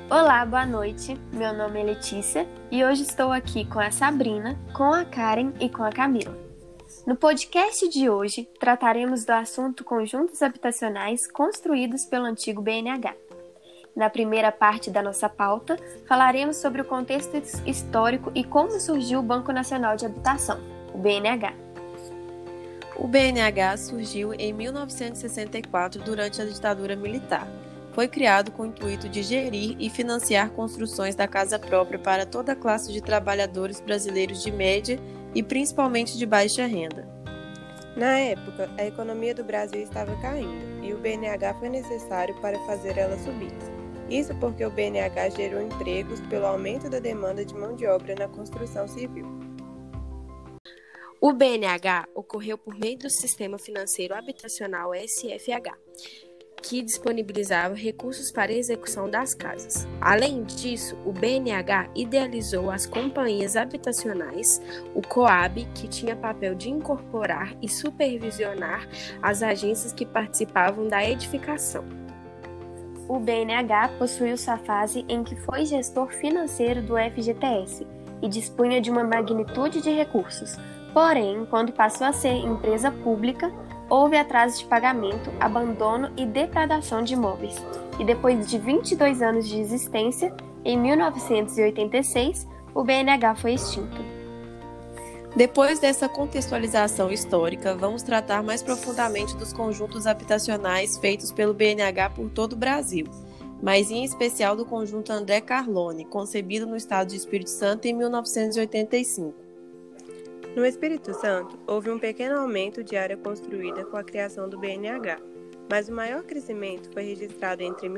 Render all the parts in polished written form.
Olá, boa noite. Meu nome é Letícia e hoje estou aqui com a Sabrina, com a Karen e com a Camila. No podcast de hoje, trataremos do assunto conjuntos habitacionais construídos pelo antigo BNH. Na primeira parte da nossa pauta, falaremos sobre o contexto histórico e como surgiu o Banco Nacional de Habitação, o BNH. O BNH surgiu em 1964 durante a ditadura militar. Foi criado com o intuito de gerir e financiar construções da casa própria para toda a classe de trabalhadores brasileiros de média e principalmente de baixa renda. Na época, a economia do Brasil estava caindo e o BNH foi necessário para fazer ela subir. Isso porque o BNH gerou empregos pelo aumento da demanda de mão de obra na construção civil. O BNH ocorreu por meio do Sistema Financeiro Habitacional SFH, que disponibilizava recursos para a execução das casas. Além disso, o BNH idealizou as companhias habitacionais, o COAB, que tinha papel de incorporar e supervisionar as agências que participavam da edificação. O BNH possuiu sua fase em que foi gestor financeiro do FGTS e dispunha de uma magnitude de recursos. Porém, quando passou a ser empresa pública, houve atraso de pagamento, abandono e depredação de imóveis. E depois de 22 anos de existência, em 1986, o BNH foi extinto. Depois dessa contextualização histórica, vamos tratar mais profundamente dos conjuntos habitacionais feitos pelo BNH por todo o Brasil, mas em especial do conjunto André Carlone, concebido no estado de Espírito Santo em 1985. No Espírito Santo, houve um pequeno aumento de área construída com a criação do BNH, mas o maior crescimento foi registrado entre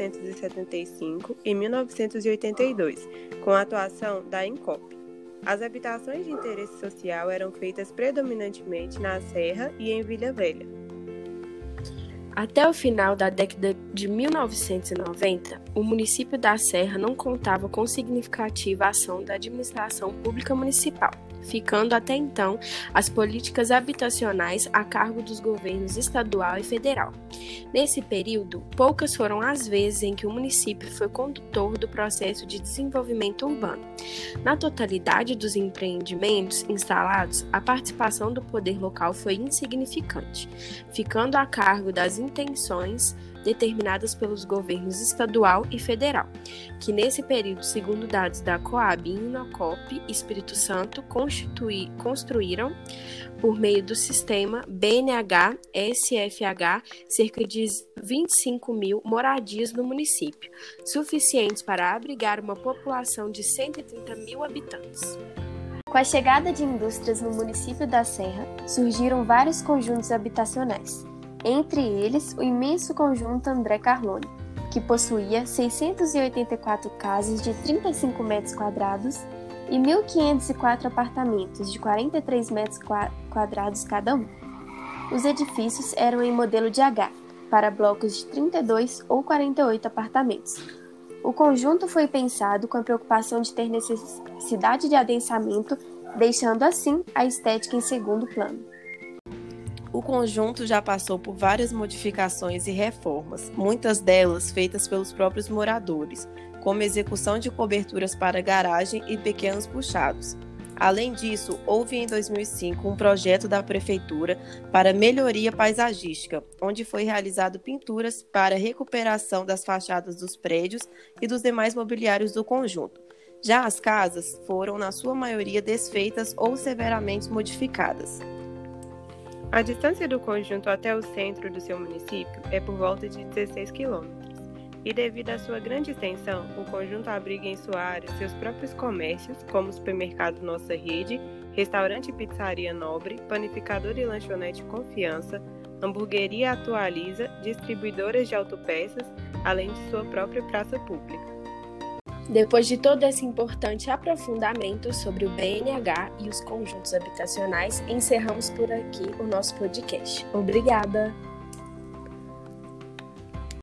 1975 e 1982, com a atuação da INCOP. As habitações de interesse social eram feitas predominantemente na Serra e em Vila Velha. Até o final da década de 1990, o município da Serra não contava com significativa ação da administração pública municipal, ficando até então as políticas habitacionais a cargo dos governos estadual e federal. Nesse período, poucas foram as vezes em que o município foi condutor do processo de desenvolvimento urbano. Na totalidade dos empreendimentos instalados, a participação do poder local foi insignificante, ficando a cargo das intenções determinadas pelos governos estadual e federal, que nesse período, segundo dados da COAB e INOCOP, Espírito Santo, construíram, por meio do sistema BNH-SFH, cerca de 25 mil moradias no município, suficientes para abrigar uma população de 130 mil habitantes. Com a chegada de indústrias no município da Serra, surgiram vários conjuntos habitacionais. Entre eles, o imenso conjunto André Carlone, que possuía 684 casas de 35 metros quadrados e 1.504 apartamentos de 43 metros quadrados cada um. Os edifícios eram em modelo de H, para blocos de 32 ou 48 apartamentos. O conjunto foi pensado com a preocupação de ter necessidade de adensamento, deixando assim a estética em segundo plano. O conjunto já passou por várias modificações e reformas, muitas delas feitas pelos próprios moradores, como execução de coberturas para garagem e pequenos puxados. Além disso, houve em 2005 um projeto da Prefeitura para melhoria paisagística, onde foi realizado pinturas para recuperação das fachadas dos prédios e dos demais mobiliários do conjunto. Já as casas foram, na sua maioria, desfeitas ou severamente modificadas. A distância do conjunto até o centro do seu município é por volta de 16 quilômetros. E devido à sua grande extensão, o conjunto abriga em sua área seus próprios comércios, como o supermercado Nossa Rede, restaurante e pizzaria Nobre, panificador e lanchonete Confiança, hamburgueria Atualiza, distribuidoras de autopeças, além de sua própria praça pública. Depois de todo esse importante aprofundamento sobre o BNH e os conjuntos habitacionais, encerramos por aqui o nosso podcast. Obrigada!